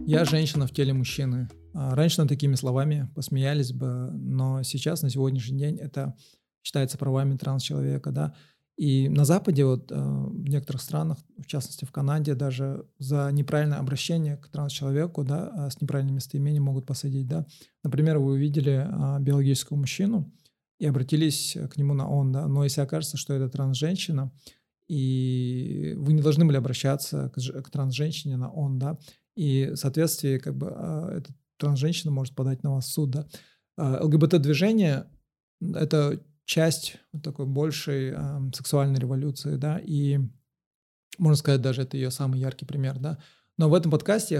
Я женщина в теле мужчины. Раньше над такими словами посмеялись бы, но сейчас, на сегодняшний день, это считается правами транс-человека, да. И на Западе, в некоторых странах, в частности в Канаде, даже за неправильное обращение к транс-человеку, да, с неправильным местоимением могут посадить, да. Например, вы увидели биологического мужчину и обратились к нему на «он», да, но если окажется, что это транс-женщина, и вы не должны были обращаться к транс-женщине на «он», да, и в соответствии эта транс-женщина может подать на вас в суд, да. ЛГБТ-движение — это часть вот такой большей, сексуальной революции, да, и можно сказать, даже это ее самый яркий пример, да. Но в этом подкасте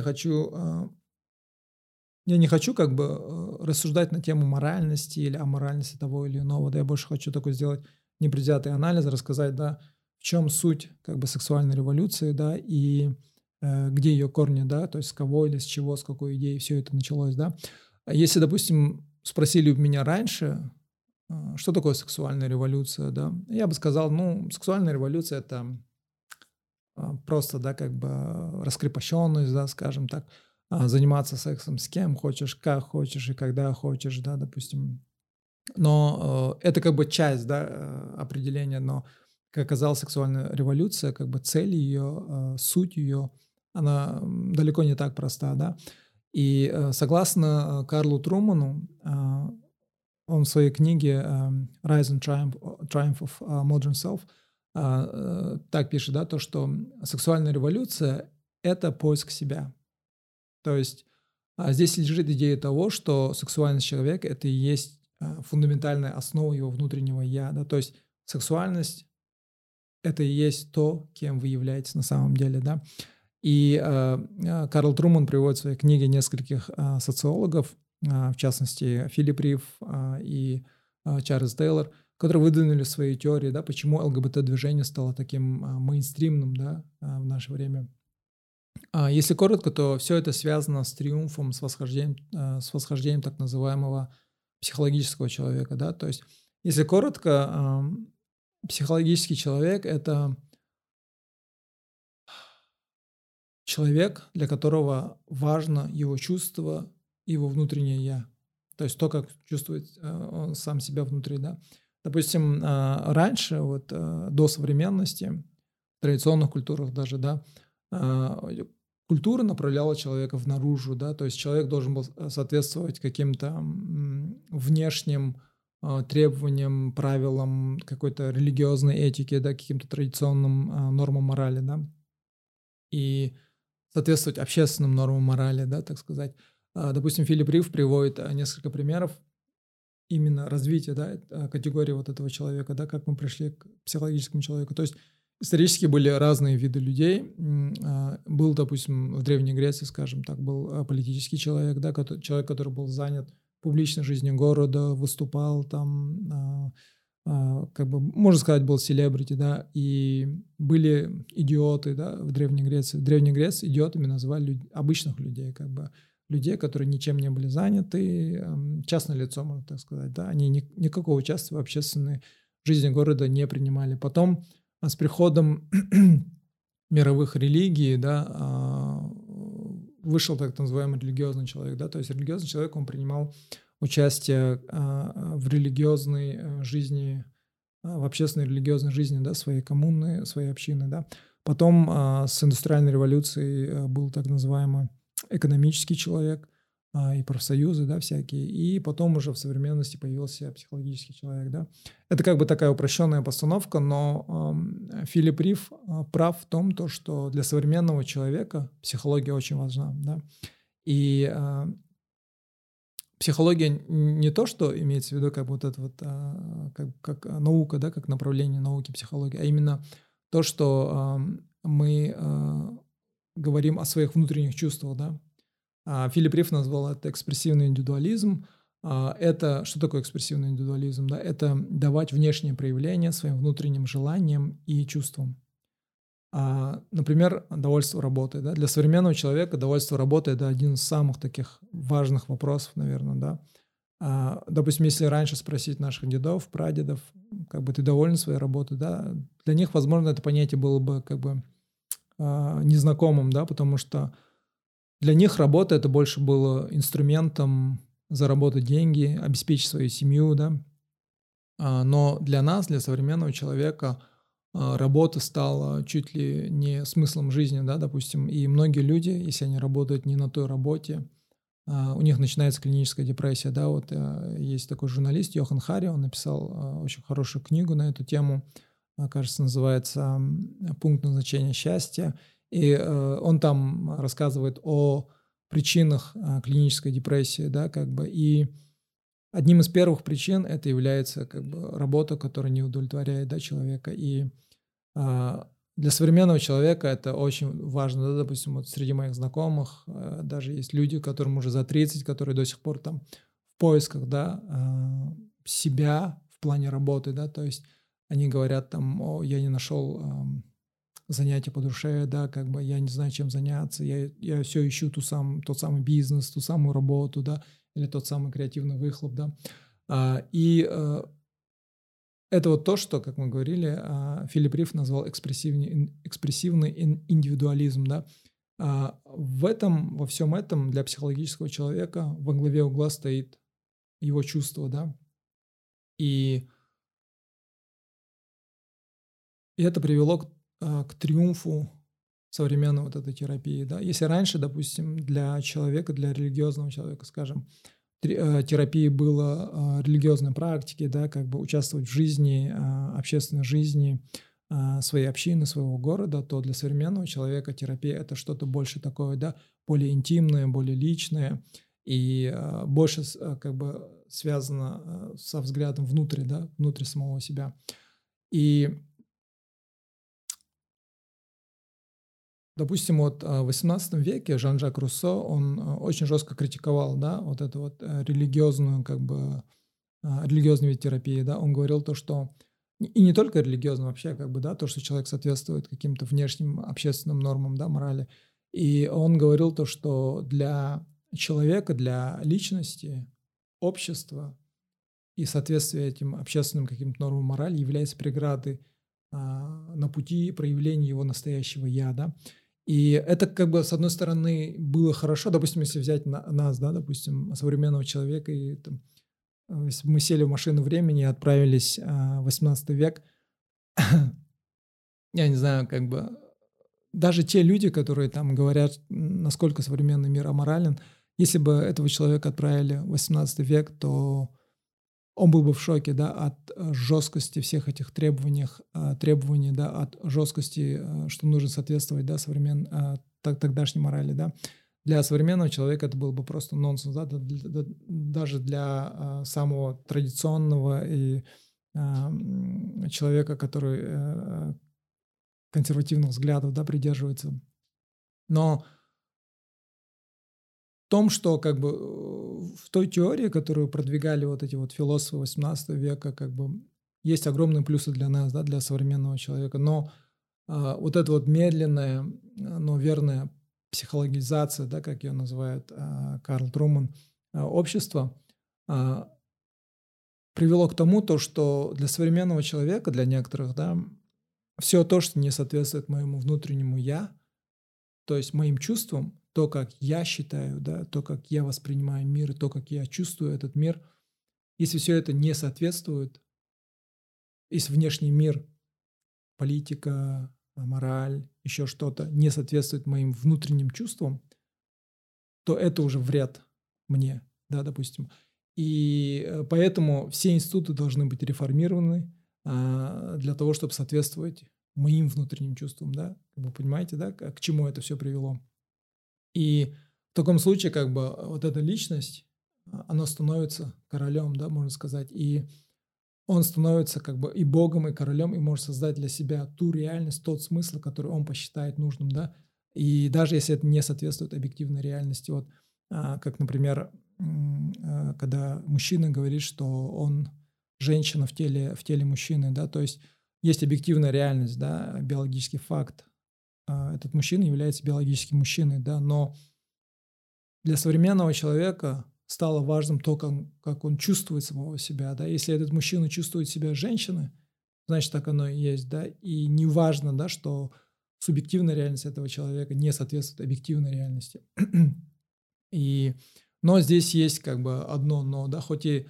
я не хочу рассуждать на тему моральности или аморальности того или иного, да, я больше хочу такой сделать непредвзятый анализ, рассказать, да, в чем суть сексуальной революции, да, и где ее корни, да, то есть с кого или с чего, с какой идеи все это началось, да. Если, допустим, спросили у меня раньше, что такое сексуальная революция, да, я бы сказал, ну, сексуальная революция — это просто, да, раскрепощенность, да, скажем так, заниматься сексом с кем хочешь, как хочешь и когда хочешь, да, допустим. Но это часть, да, определения, но, как оказалось, сексуальная революция, цель ее, суть ее, она далеко не так проста, да. И согласно Карлу Труману, он в своей книге «Rise and Triumph of Modern Self» так пишет, да, то, что сексуальная революция — это поиск себя. То есть здесь лежит идея того, что сексуальность человека — это и есть фундаментальная основа его внутреннего «я». Да? То есть сексуальность — это и есть то, кем вы являетесь на самом деле. Да? И Карл Труман приводит в своей книге нескольких социологов, в частности Филипп Рив и Чарльз Тейлор, которые выдвинули свои теории, да, почему ЛГБТ-движение стало таким мейнстримным, да, в наше время. Если коротко, то все это связано с триумфом, с восхождением так называемого психологического человека, да. То есть, если коротко, психологический человек — это человек, для которого важно его чувство, его внутреннее «я». То есть то, как чувствует он сам себя внутри, да. Допустим, раньше, до современности, в традиционных культурах даже, да, а, культура направляла человека внаружи, да, то есть человек должен был соответствовать каким-то внешним требованиям, правилам какой-то религиозной этики, да, каким-то традиционным нормам морали, да, и соответствовать общественным нормам морали, да, так сказать. Допустим, Филипп Рив приводит несколько примеров именно развития, да, категории вот этого человека, да, как мы пришли к психологическому человеку. То есть исторически были разные виды людей. Был, допустим, в Древней Греции, скажем так, был политический человек, да, человек, который был занят публичной жизнью города, выступал там, можно сказать, был селебрити, да, и были идиоты, да, в Древней Греции. В Древней Греции идиотами называли обычных людей, людей, которые ничем не были заняты, частное лицо, можно так сказать, да, они никакого участия в общественной жизни города не принимали. Потом с приходом мировых религий, да, вышел так называемый религиозный человек, да, то есть религиозный человек, он принимал участие в религиозной жизни, в общественной религиозной жизни, да, своей коммуны, своей общины, да. Потом с индустриальной революцией был так называемый экономический человек, и профсоюзы, да, всякие, и потом уже в современности появился психологический человек, да. Это такая упрощенная постановка, но Филипп Рив прав в том, что для современного человека психология очень важна, да. И психология не то, что имеется в виду как наука, да, как направление науки психологии, а именно то, что мы говорим о своих внутренних чувствах, да. Филипп Рив назвал это экспрессивный индивидуализм. Что такое экспрессивный индивидуализм? Да? Это давать внешние проявления своим внутренним желаниям и чувствам. Например, довольство работой. Да? Для современного человека довольство работой — это один из самых таких важных вопросов, наверное. Да? Допустим, если раньше спросить наших дедов, прадедов, ты доволен своей работой, да? Для них, возможно, это понятие было бы незнакомым, да? Потому что Для них работа это больше было инструментом заработать деньги, обеспечить свою семью, да. Но для нас, для современного человека, работа стала чуть ли не смыслом жизни, да, допустим. И многие люди, если они работают не на той работе, у них начинается клиническая депрессия, да. Вот есть такой журналист Йохан Хари, он написал очень хорошую книгу на эту тему, кажется, называется «Пункт назначения счастья». И он там рассказывает о причинах клинической депрессии, да, как бы. И одним из первых причин это является как бы работа, которая не удовлетворяет, да, человека. И для современного человека это очень важно, да, допустим, вот среди моих знакомых даже есть люди, которым уже за 30, которые до сих пор там в поисках, да, себя в плане работы, да, то есть они говорят там: «О, я не нашел занятие по душе, да, как бы я не знаю, чем заняться, я все ищу тот самый бизнес, ту самую работу, да, или тот самый креативный выхлоп, да». Это вот то, что, как мы говорили, Филипп Риф назвал экспрессивный индивидуализм, да. Во всем этом для психологического человека во главе угла стоит его чувство, да. И это привело к триумфу современной вот этой терапии, да. Если раньше, допустим, для человека, для религиозного человека, скажем, терапии было религиозной практики, да, как бы участвовать в жизни, общественной жизни своей общины, своего города, то для современного человека терапия — это что-то больше такое, да, более интимное, более личное и больше как бы связано со взглядом внутрь, да, внутрь самого себя. И допустим, вот в XVIII веке Жан-Жак Руссо, он очень жестко критиковал, да, вот эту вот религиозную, как бы, религиозную вид терапии, да, он говорил то, что, и не только религиозную вообще, как бы, да, то, что человек соответствует каким-то внешним общественным нормам, да, морали, и он говорил то, что для человека, для личности, общества и соответствие этим общественным каким-то нормам морали является преградой на пути проявления его настоящего «я», да. И это как бы, с одной стороны, было хорошо, допустим, если взять нас, да, допустим, современного человека, и там, если бы мы сели в машину времени и отправились в 18 век, я не знаю, как бы, даже те люди, которые там говорят, насколько современный мир аморален, если бы этого человека отправили в 18 век, то он был бы в шоке, да, от жесткости всех этих требований, да, от жесткости, что нужно соответствовать, да, тогдашней морали, да. Для современного человека это был бы просто нонсенс, да, даже для самого традиционного и человека, который консервативных взглядов, да, придерживается. Но в том, что как бы в той теории, которую продвигали вот эти вот философы XVIII века, как бы есть огромные плюсы для нас, да, для современного человека, но вот эта вот медленная, но верная психологизация, да, как ее называет Карл Труман, общества, привело к тому, то, что для современного человека, для некоторых, да, все то, что не соответствует моему внутреннему «я», то есть моим чувствам, то, как я считаю, да, то, как я воспринимаю мир, то, как я чувствую этот мир, если все это не соответствует, если внешний мир, политика, мораль, еще что-то не соответствует моим внутренним чувствам, то это уже вред мне, да, допустим. И поэтому все институты должны быть реформированы для того, чтобы соответствовать моим внутренним чувствам, да. Вы понимаете, да, к чему это все привело? И в таком случае как бы вот эта личность, она становится королем, да, можно сказать, и он становится как бы и богом, и королем, и может создать для себя ту реальность, тот смысл, который он посчитает нужным, да, и даже если это не соответствует объективной реальности, вот, как, например, когда мужчина говорит, что он женщина в теле мужчины, да, то есть объективная реальность, да, биологический факт, этот мужчина является биологическим мужчиной, да, но для современного человека стало важным то, как он чувствует самого себя, да. Если этот мужчина чувствует себя женщиной, значит, так оно и есть, да. И не важно, да, что субъективная реальность этого человека не соответствует объективной реальности. И, но здесь есть как бы одно но, да, хоть и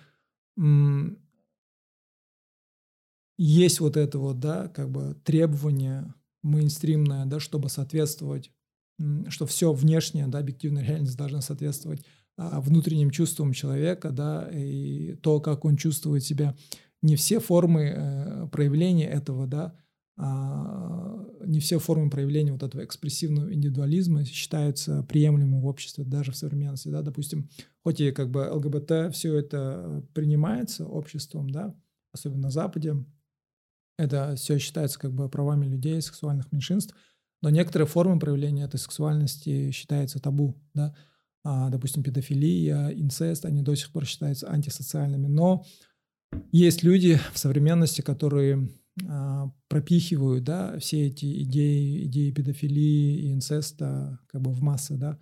есть вот это вот, да, как бы требование мейнстримное, да, чтобы соответствовать, что все внешнее, да, объективная реальность должна соответствовать внутренним чувствам человека, да, и то, как он чувствует себя. Не все формы проявления этого, да, не все формы проявления вот этого экспрессивного индивидуализма считаются приемлемыми в обществе, даже в современности, да, допустим, хоть и как бы ЛГБТ все это принимается обществом, да, особенно на Западе, это все считается как бы правами людей, сексуальных меньшинств, но некоторые формы проявления этой сексуальности считаются табу, да, допустим, педофилия, инцест, они до сих пор считаются антисоциальными, но есть люди в современности, которые пропихивают, да, все эти идеи педофилии и инцеста как бы в массы, да,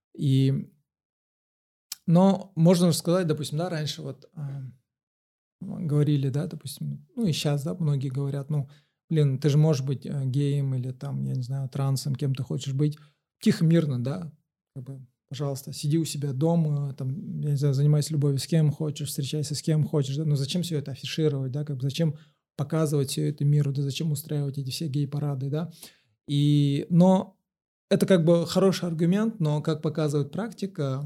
но можно же сказать, допустим, да, раньше вот говорили, да, допустим, ну и сейчас, да, многие говорят, ну, блин, ты же можешь быть геем или там, я не знаю, трансом, кем ты хочешь быть, тихо, мирно, да, как бы, пожалуйста, сиди у себя дома, там, я не знаю, занимайся любовью с кем хочешь, встречайся с кем хочешь, да, но зачем все это афишировать, да, как бы зачем показывать все это миру, да, зачем устраивать эти все гей-парады, да, но это как бы хороший аргумент, но, как показывает практика,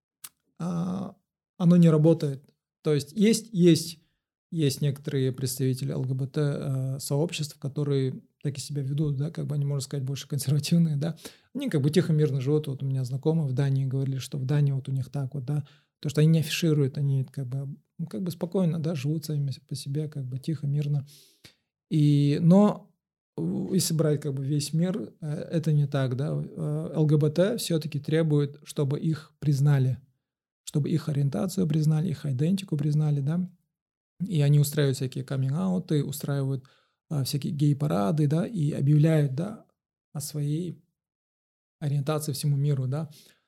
оно не работает. То есть есть некоторые представители ЛГБТ-сообществ, которые так и себя ведут, да, как бы они, можно сказать, больше консервативные, да, они как бы тихо, мирно живут. Вот у меня знакомые в Дании говорили, что в Дании вот у них так вот, да, то, что они не афишируют, они как бы спокойно, да, живут сами по себе, как бы тихо, мирно. Но если брать как бы весь мир, это не так, да, ЛГБТ все-таки требует, чтобы их признали, чтобы их ориентацию признали, их идентику признали, да, и они устраивают всякие каминг-ауты, устраивают всякие гей-парады, да, и объявляют, да, о своей ориентации всему миру, да.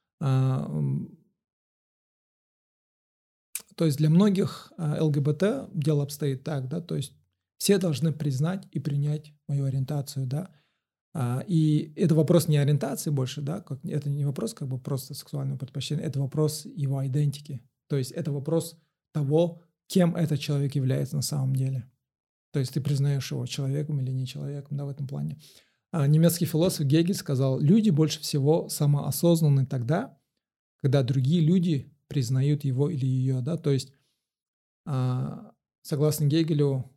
То есть для многих ЛГБТ дело обстоит так, да, то есть все должны признать и принять мою ориентацию, да. И это вопрос не ориентации больше, да, это не вопрос как бы просто сексуального предпочтения, это вопрос его идентики. То есть это вопрос того, кем этот человек является на самом деле. То есть ты признаешь его человеком или не человеком, да, в этом плане. Немецкий философ Гегель сказал, люди больше всего самоосознанны тогда, когда другие люди признают его или ее, да, то есть согласно Гегелю,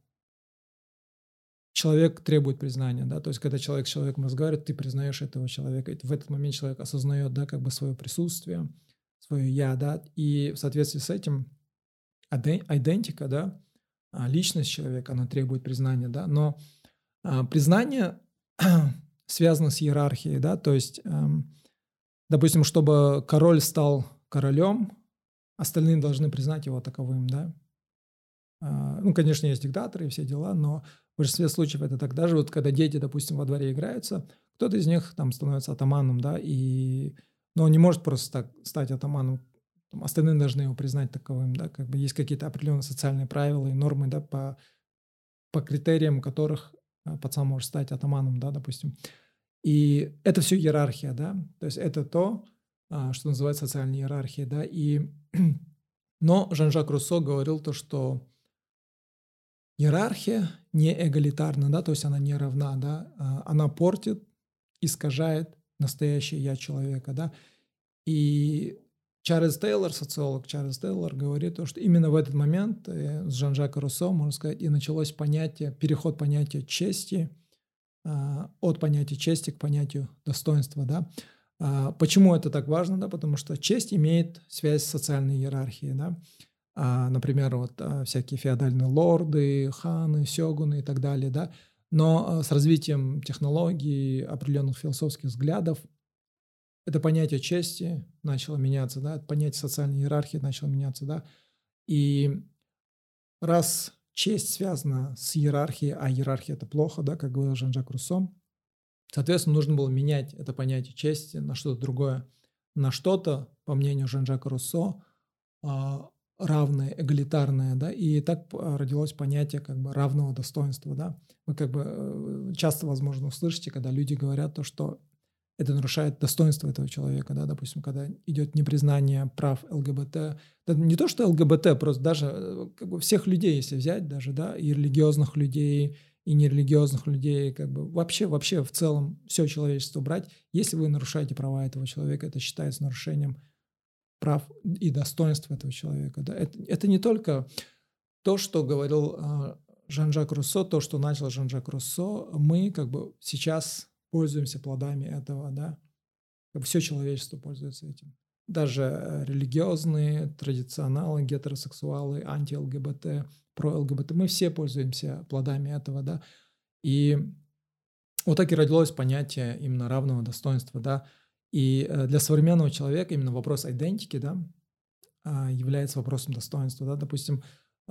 человек требует признания, да, то есть когда человек с человеком разговаривает, ты признаешь этого человека, и в этот момент человек осознает, да, как бы свое присутствие, свое я, да, и в соответствии с этим идентика, да, личность человека, она требует признания, да, но признание связано с иерархией, да, то есть, допустим, чтобы король стал королем, остальные должны признать его таковым, да. Ну, конечно, есть диктаторы и все дела, но в большинстве случаев это так. Даже вот когда дети, допустим, во дворе играются, кто-то из них там становится атаманом, да, но он не может просто так стать атаманом, остальные должны его признать таковым, да, как бы есть какие-то определенные социальные правила и нормы, да, по критериям которых пацан может стать атаманом, да, допустим. И это все иерархия, да, то есть это то, что называется социальной иерархией, да, но Жан-Жак Руссо говорил то, что иерархия не эгалитарна, да, то есть она не равна, да, она портит, искажает настоящее я человека, да. И Чарльз Тейлор, социолог Чарльз Тейлор, говорит то, что именно в этот момент с Жан-Жака Руссо, можно сказать, и началось переход понятия чести от понятия чести к понятию достоинства, да. Почему это так важно, да, потому что честь имеет связь с социальной иерархией, да. Например, вот всякие феодальные лорды, ханы, сёгуны и так далее, да. Но с развитием технологий, определенных философских взглядов, это понятие чести начало меняться, да, понятие социальной иерархии начало меняться, да. И раз честь связана с иерархией, а иерархия – это плохо, да, как говорил Жан-Жак Руссо, соответственно, нужно было менять это понятие чести на что-то другое. На что-то, по мнению Жан-Жака Руссо, равное, эгалитарное, да, и так родилось понятие как бы равного достоинства, да. Вы как бы часто, возможно, услышите, когда люди говорят то, что это нарушает достоинство этого человека, да, допустим, когда идет непризнание прав ЛГБТ, да, не то, что ЛГБТ, просто даже как бы всех людей, если взять даже, да, и религиозных людей, и нерелигиозных людей, как бы вообще в целом все человечество брать, если вы нарушаете права этого человека, это считается нарушением прав и достоинства этого человека, да. Это не только то, что говорил Жан-Жак Руссо, то, что начал Жан-Жак Руссо, мы как бы сейчас пользуемся плодами этого, да, как бы все человечество пользуется этим. Даже религиозные, традиционалы, гетеросексуалы, анти-ЛГБТ, про-ЛГБТ, мы все пользуемся плодами этого, да. И вот так и родилось понятие именно равного достоинства, да. И для современного человека именно вопрос идентики, да, является вопросом достоинства, да, допустим,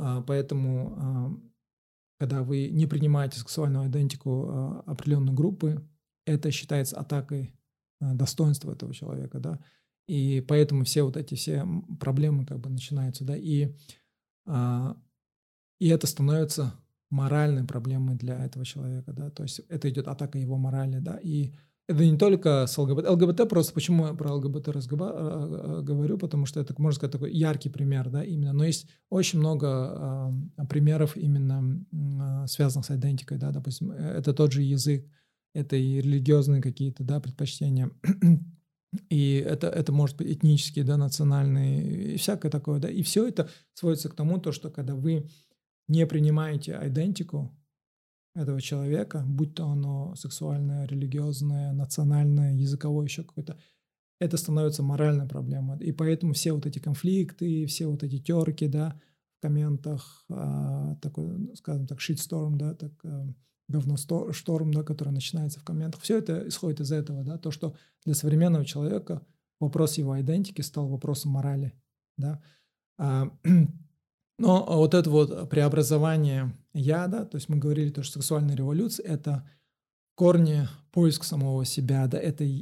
поэтому когда вы не принимаете сексуальную идентику определенной группы, это считается атакой достоинства этого человека, да, и поэтому все вот эти все проблемы как бы начинаются, да, а, и это становится моральной проблемой для этого человека, да, то есть это идет атака его морали, да, и это не только с ЛГБТ. ЛГБТ просто, почему я про ЛГБТ говорю, потому что это, можно сказать, такой яркий пример, да, именно, но есть очень много примеров именно связанных с идентикой, да, допустим, это тот же язык, это и религиозные какие-то, да, предпочтения, и это может быть этнические, да, национальные, и всякое такое, да, и все это сводится к тому, то, что когда вы не принимаете идентику этого человека, будь то оно сексуальное, религиозное, национальное, языковое, еще какое-то, это становится моральной проблемой. И поэтому все вот эти конфликты, все вот эти терки, да, в комментах, такой, скажем так, shitstorm, да, так, говносторм, да, который начинается в комментах, все это исходит из этого, да, то, что для современного человека вопрос его идентики стал вопросом морали, да. Но вот это вот преобразование «я», да, то есть мы говорили, то, что сексуальная революция — это в корне поиск самого себя, да,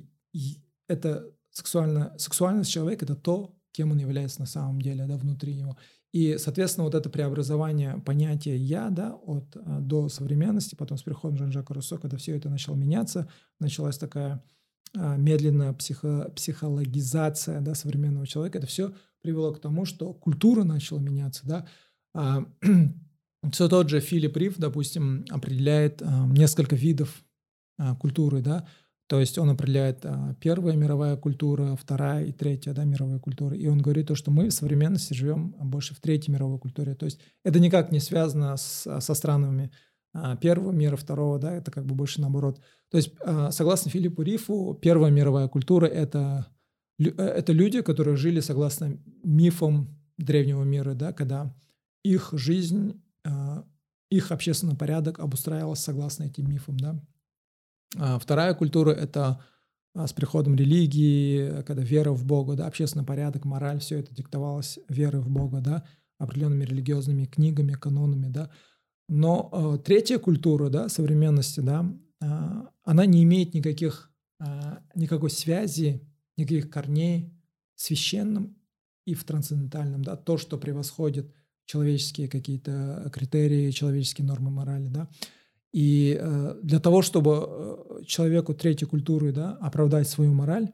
это сексуальность человека — это то, кем он является на самом деле, да, внутри него. И, соответственно, вот это преобразование понятия «я», да, до современности, потом с приходом Жан-Жака Руссо, когда все это начало меняться, началась такая медленная психологизация, да, современного человека, это все привело к тому, что культура начала меняться, да. Все тот же Филипп Рив, допустим, определяет несколько видов культуры, да, то есть он определяет первая мировая культура, вторая и третья, да, мировая культура, и он говорит то, что мы в современности живем больше в третьей мировой культуре, то есть это никак не связано со странами первого мира, второго, да, это как бы больше наоборот. То есть, согласно Филиппу Рифу, первая мировая культура — это люди, которые жили согласно мифам древнего мира, да, когда их жизнь, их общественный порядок обустраивался согласно этим мифам, да. Вторая культура — это с приходом религии, когда вера в Бога, да, общественный порядок, мораль, все это диктовалось верой в Бога, да, определенными религиозными книгами, канонами, да. Но третья культура, да, современности, да, она не имеет никакой связи, никаких корней в священном и в трансцендентальном, да, то, что превосходит человеческие какие-то критерии, человеческие нормы морали, да. И для того, чтобы человеку третьей культуры, да, оправдать свою мораль,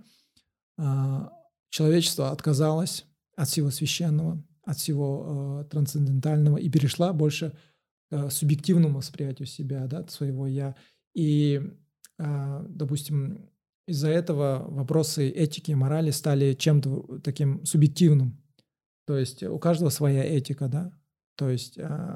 человечество отказалось от всего священного, от всего трансцендентального и перешла больше субъективному восприятию себя, да, своего «я». И, допустим, из-за этого вопросы этики и морали стали чем-то таким субъективным. То есть у каждого своя этика, да. То есть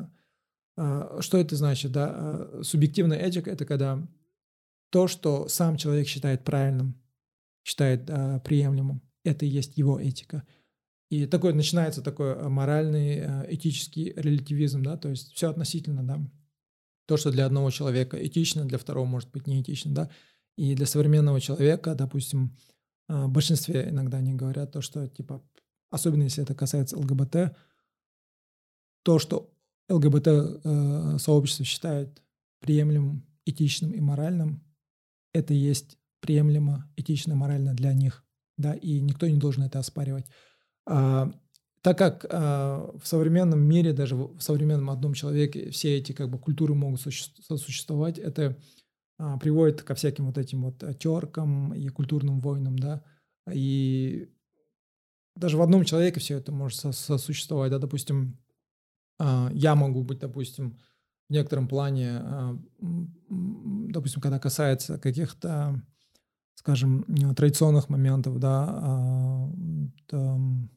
что это значит, да? Субъективная этика — это когда то, что сам человек считает правильным, считает приемлемым, это и есть его этика. И такой начинается такой моральный, этический релятивизм, да, то есть все относительно, да. То, что для одного человека этично, для второго может быть неэтично, да. И для современного человека, допустим, в большинстве иногда они говорят то, что, типа, особенно если это касается ЛГБТ, то, что ЛГБТ-сообщество считает приемлемым, этичным и моральным, это и есть приемлемо, этично, морально для них, да, и никто не должен это оспаривать. так как в современном мире, даже в современном одном человеке все эти как бы культуры могут сосуществовать, это приводит ко всяким вот этим вот теркам и культурным войнам, да, и даже в одном человеке все это может сосуществовать, да, допустим, я могу быть, допустим, в некотором плане, допустим, когда касается каких-то, скажем, традиционных моментов, да, там,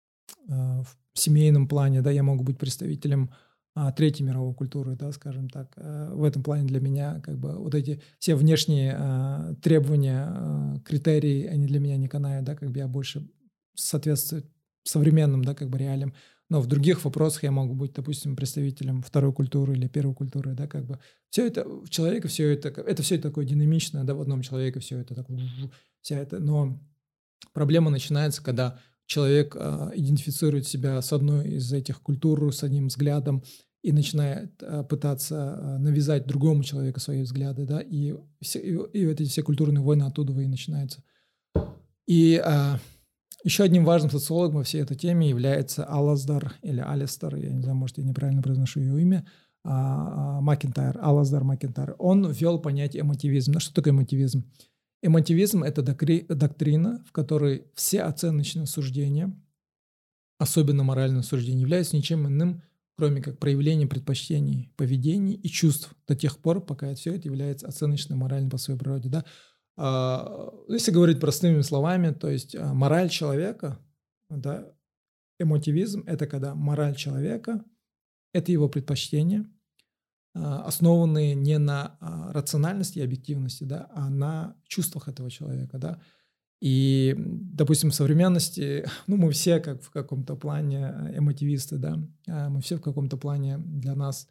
в семейном плане, да, я могу быть представителем третьей мировой культуры, да, скажем так. В этом плане для меня как бы вот эти все внешние требования, критерии, они для меня не канают, да, как бы я больше соответствую современным, да, как бы реалиям. Но в других вопросах я могу быть, допустим, представителем второй культуры или первой культуры, да, как бы. Все это в человеке, это все такое динамичное, да, в одном человеке все это такое, вся это, но проблема начинается, когда человек идентифицирует себя с одной из этих культур, с одним взглядом и начинает пытаться навязать другому человеку свои взгляды, да, и вот эти все культурные войны оттуда и начинаются. И еще одним важным социологом во всей этой теме является Алаздар или Алистер, я не знаю, может, я неправильно произношу ее имя, Макентайр, Алаздар Макентайр. Он ввел понятие эмотивизм. Что такое эмотивизм? Эмотивизм – это доктрина, в которой все оценочные суждения, особенно моральные суждения, являются ничем иным, кроме как проявлением предпочтений, поведений и чувств до тех пор, пока все это является оценочным, моральным по своей природе. Да? Если говорить простыми словами, то есть мораль человека, да, эмотивизм – это когда мораль человека – это его предпочтения, основанные не на рациональности и объективности, да, а на чувствах этого человека, да. И, допустим, в современности, ну, мы все как в каком-то плане эмотивисты, да, мы все в каком-то плане для нас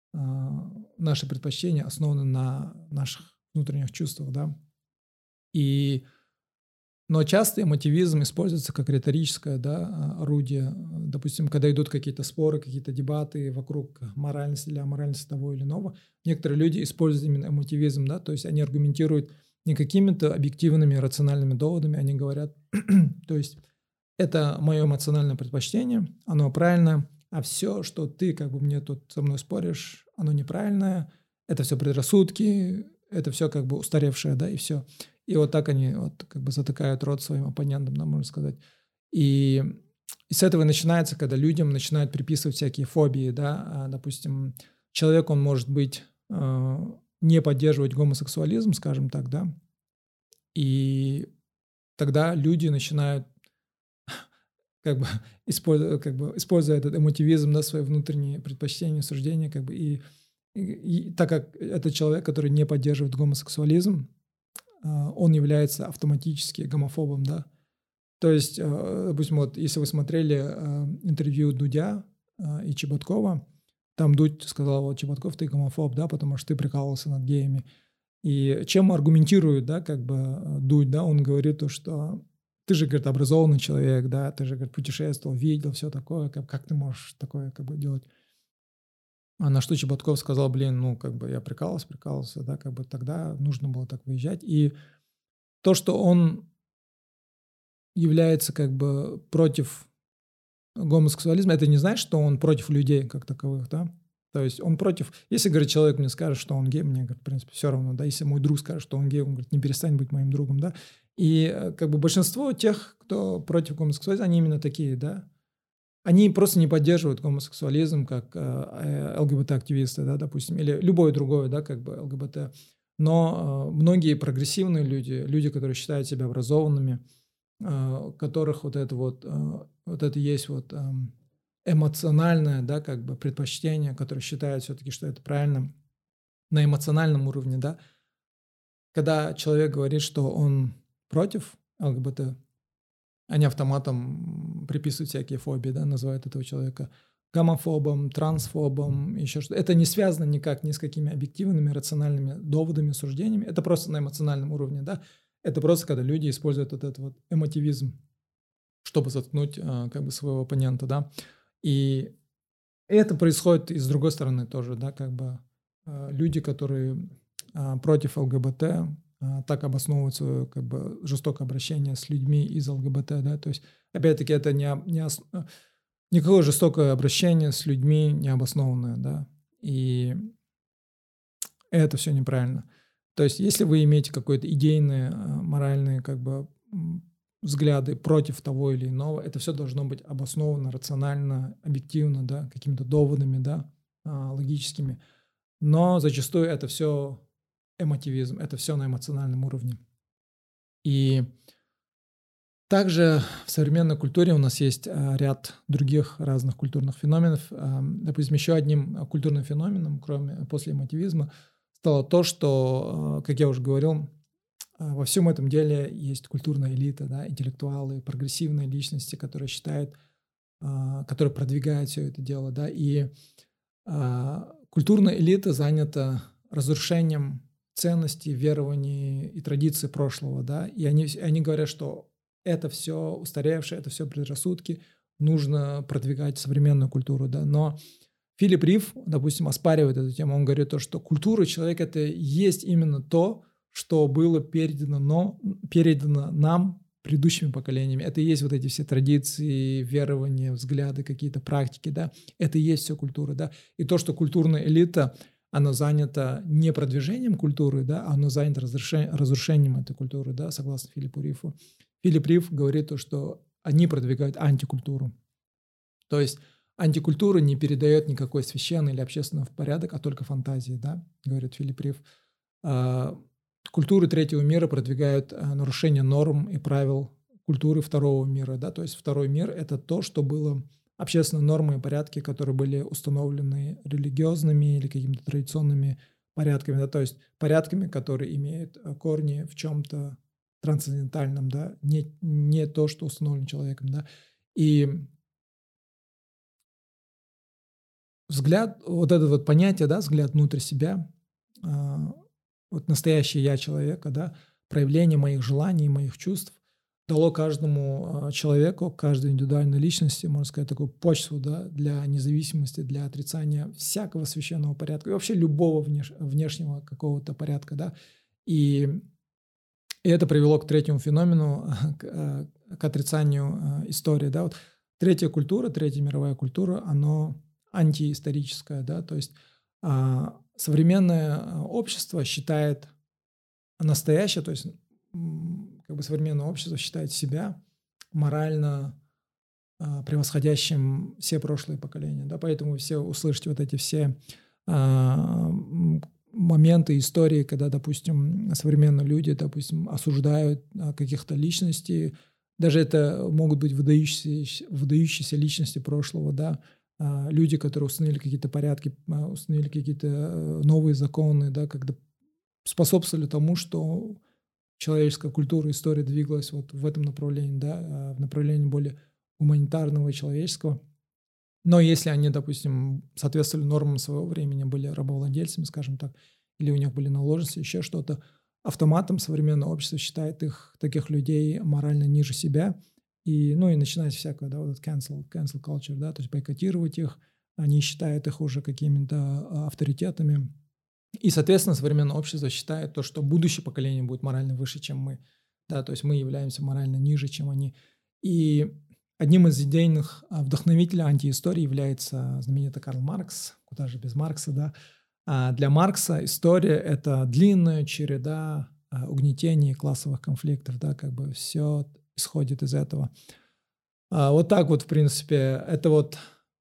наши предпочтения основаны на наших внутренних чувствах, да. Но часто эмотивизм используется как риторическое, да, орудие. Допустим, когда идут какие-то споры, какие-то дебаты вокруг моральности или аморальности того или иного, некоторые люди используют именно эмотивизм, да, то есть они аргументируют не какими-то объективными, рациональными доводами, они говорят, то есть это мое эмоциональное предпочтение, оно правильное, а все, что ты как бы мне тут со мной споришь, оно неправильное, это все предрассудки, это все как бы устаревшее, да, и все. И вот так они вот как бы затыкают рот своим оппонентам, да, можно сказать. И с этого начинается, когда людям начинают приписывать всякие фобии, да, допустим, человек, он может быть, не поддерживать гомосексуализм, скажем так, да, и тогда люди начинают используя этот эмотивизм, да, свои внутренние предпочтения, суждения, как бы, и так как это человек, который не поддерживает гомосексуализм, он является автоматически гомофобом, да. То есть, допустим, вот если вы смотрели интервью Дудя и Чеботкова, там Дудь сказал: вот, Чеботков, ты гомофоб, да, потому что ты прикалывался над геями. И чем аргументирует, да, как бы Дудь, да, он говорит то, что ты же, говорит, образованный человек, да, ты же, говорит, путешествовал, видел, все такое, как ты можешь такое как бы делать? А на что Чеботков сказал: блин, ну, как бы я прикалывался, да, как бы тогда нужно было так выезжать. И то, что он является как бы против гомосексуализма, это не значит, что он против людей как таковых, да. То есть он против... Если, говорит, человек мне скажет, что он гей, мне, говорит, в принципе, все равно, да. Если мой друг скажет, что он гей, он говорит, не перестань быть моим другом, да. И как бы большинство тех, кто против гомосексуализма, они именно такие, да. Они просто не поддерживают гомосексуализм как ЛГБТ-активисты, да, допустим, или любое другое, да, как бы ЛГБТ. Но многие прогрессивные люди, люди, которые считают себя образованными, у которых вот это есть вот эмоциональное, да, как бы предпочтение, которые считают все-таки, что это правильно на эмоциональном уровне, да. Когда человек говорит, что он против ЛГБТ, они автоматом приписывают всякие фобии, да, называют этого человека гомофобом, трансфобом, еще что-то. Это не связано никак ни с какими объективными, рациональными доводами, суждениями. Это просто на эмоциональном уровне, да. Это просто когда люди используют вот этот вот эмотивизм, чтобы заткнуть как бы своего оппонента, да. И это происходит и с другой стороны тоже, да, как бы люди, которые против ЛГБТ, так обосновывают свое как бы жестокое обращение с людьми из ЛГБТ, да, то есть опять-таки это никакое жестокое обращение с людьми необоснованное, да, и это все неправильно. То есть, если вы имеете какие-то идейные, моральные, как бы, взгляды против того или иного, это все должно быть обосновано, рационально, объективно, да, какими-то доводами, да, логическими. Но зачастую это все эмотивизм, это все на эмоциональном уровне. И также в современной культуре у нас есть ряд других разных культурных феноменов. Допустим, еще одним культурным феноменом, кроме после эмотивизма, стало то, что, как я уже говорил, во всем этом деле есть культурная элита, да, интеллектуалы, прогрессивные личности, которые считают, которые продвигают все это дело, да, и культурная элита занята разрушением ценностей, верований и традиций прошлого, да, и они говорят, что это все устаревшее, это все предрассудки, нужно продвигать современную культуру, да, но Филипп Рив, допустим, оспаривает эту тему, он говорит то, что культура человека – это есть именно то, что было передано нам предыдущими поколениями. Это и есть вот эти все традиции, верования, взгляды, какие-то практики, да, это и есть все культура, да, и то, что культурная элита, она занята не продвижением культуры, да, а она занята разрушением этой культуры, да, согласно Филиппу Рифу. Филипп Риф говорит то, что они продвигают антикультуру. То есть антикультура не передает никакой священный или общественный порядок, а только фантазии, да, говорит Филипп Риф. Культуры третьего мира продвигают нарушение норм и правил культуры второго мира, да, то есть второй мир – это то, что было общественные нормы и порядки, которые были установлены религиозными или какими-то традиционными порядками, да, то есть порядками, которые имеют корни в чем-то трансцендентальном, да, не то, что установлено человеком, да, и взгляд, вот это вот понятие, да, взгляд внутрь себя, вот настоящее я человека, да, проявление моих желаний, моих чувств дало каждому человеку, каждой индивидуальной личности, можно сказать, такую почву, да, для независимости, для отрицания всякого священного порядка и вообще любого внешнего какого-то порядка, да. И это привело к третьему феномену, к отрицанию истории, да. Вот третья культура, третья мировая культура, она антиисторическая, да, то есть современное общество считает настоящее, то есть как бы современное общество считает себя морально превосходящим все прошлые поколения, да, поэтому вы все услышите вот эти все моменты истории, когда, допустим, современные люди, допустим, осуждают каких-то личностей, даже это могут быть выдающиеся личности прошлого, да, люди, которые установили какие-то порядки, установили какие-то новые законы, да, когда способствовали тому, что человеческая культура, история двигалась вот в этом направлении, да, в направлении более гуманитарного и человеческого. Но если они, допустим, соответствовали нормам своего времени, были рабовладельцами, скажем так, или у них были наложницы, еще что-то, автоматом современное общество считает их, таких людей, морально ниже себя, и, ну, и начинается всякое, да, вот этот cancel culture, да, то есть бойкотировать их, они считают их уже какими-то авторитетами. И, соответственно, современное общество считает то, что будущее поколение будет морально выше, чем мы, да, то есть мы являемся морально ниже, чем они. И одним из идейных вдохновителей антиистории является знаменитый Карл Маркс, куда же без Маркса, да. Для Маркса история – это длинная череда угнетений, классовых конфликтов, да, как бы все исходит из этого. Вот так вот, в принципе, это вот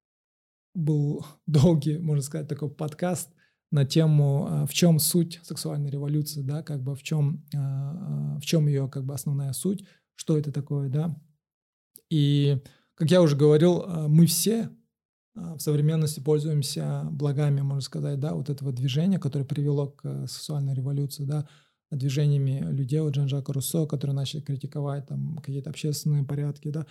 был долгий, можно сказать, такой подкаст на тему, в чем суть сексуальной революции, да, как бы в чем ее как бы основная суть, что это такое, да. И, как я уже говорил, мы все в современности пользуемся благами, можно сказать, да, вот этого движения, которое привело к сексуальной революции, да, движениями людей, вот Жан-Жака Руссо, которые начали критиковать там какие-то общественные порядки, да.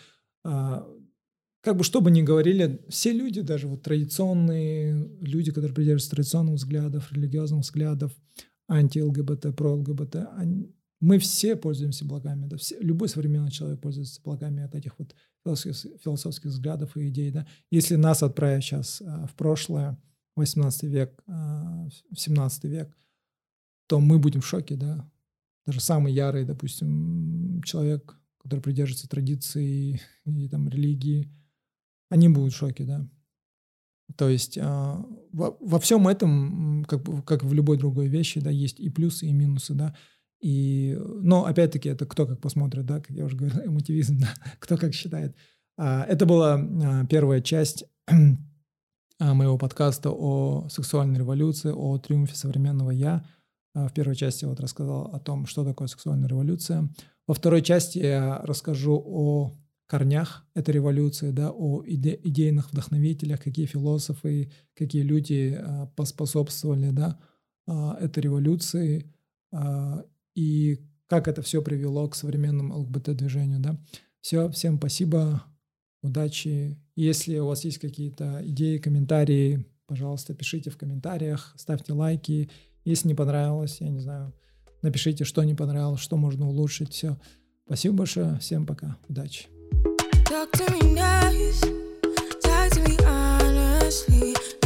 Как бы что бы ни говорили, все люди, даже вот традиционные люди, которые придерживаются традиционных взглядов, религиозных взглядов, анти-ЛГБТ, про-ЛГБТ, мы все пользуемся благами, да, любой современный человек пользуется благами от этих вот философских взглядов и идей, да. Если нас отправить сейчас в прошлое, в 18 век, в 17 век, то мы будем в шоке, да. Даже самый ярый, допустим, человек, который придерживается традиций и там религии, они будут в шоке, да. То есть во всем этом, как в любой другой вещи, да, есть и плюсы, и минусы, да. Но опять-таки это кто как посмотрит, да, как я уже говорил, эмотивизм, да, кто как считает. Это была первая часть моего подкаста о сексуальной революции, о триумфе современного «я». В первой части я рассказал о том, что такое сексуальная революция. Во второй части я расскажу о корнях этой революции, да, о идейных вдохновителях, какие философы, какие люди поспособствовали, да, этой революции, и как это все привело к современному ЛГБТ-движению, да. Все, всем спасибо, удачи. Если у вас есть какие-то идеи, комментарии, пожалуйста, пишите в комментариях, ставьте лайки. Если не понравилось, я не знаю, напишите, что не понравилось, что можно улучшить. Все. Спасибо большое. Всем пока. Удачи. Talk to me nice, talk to me honestly.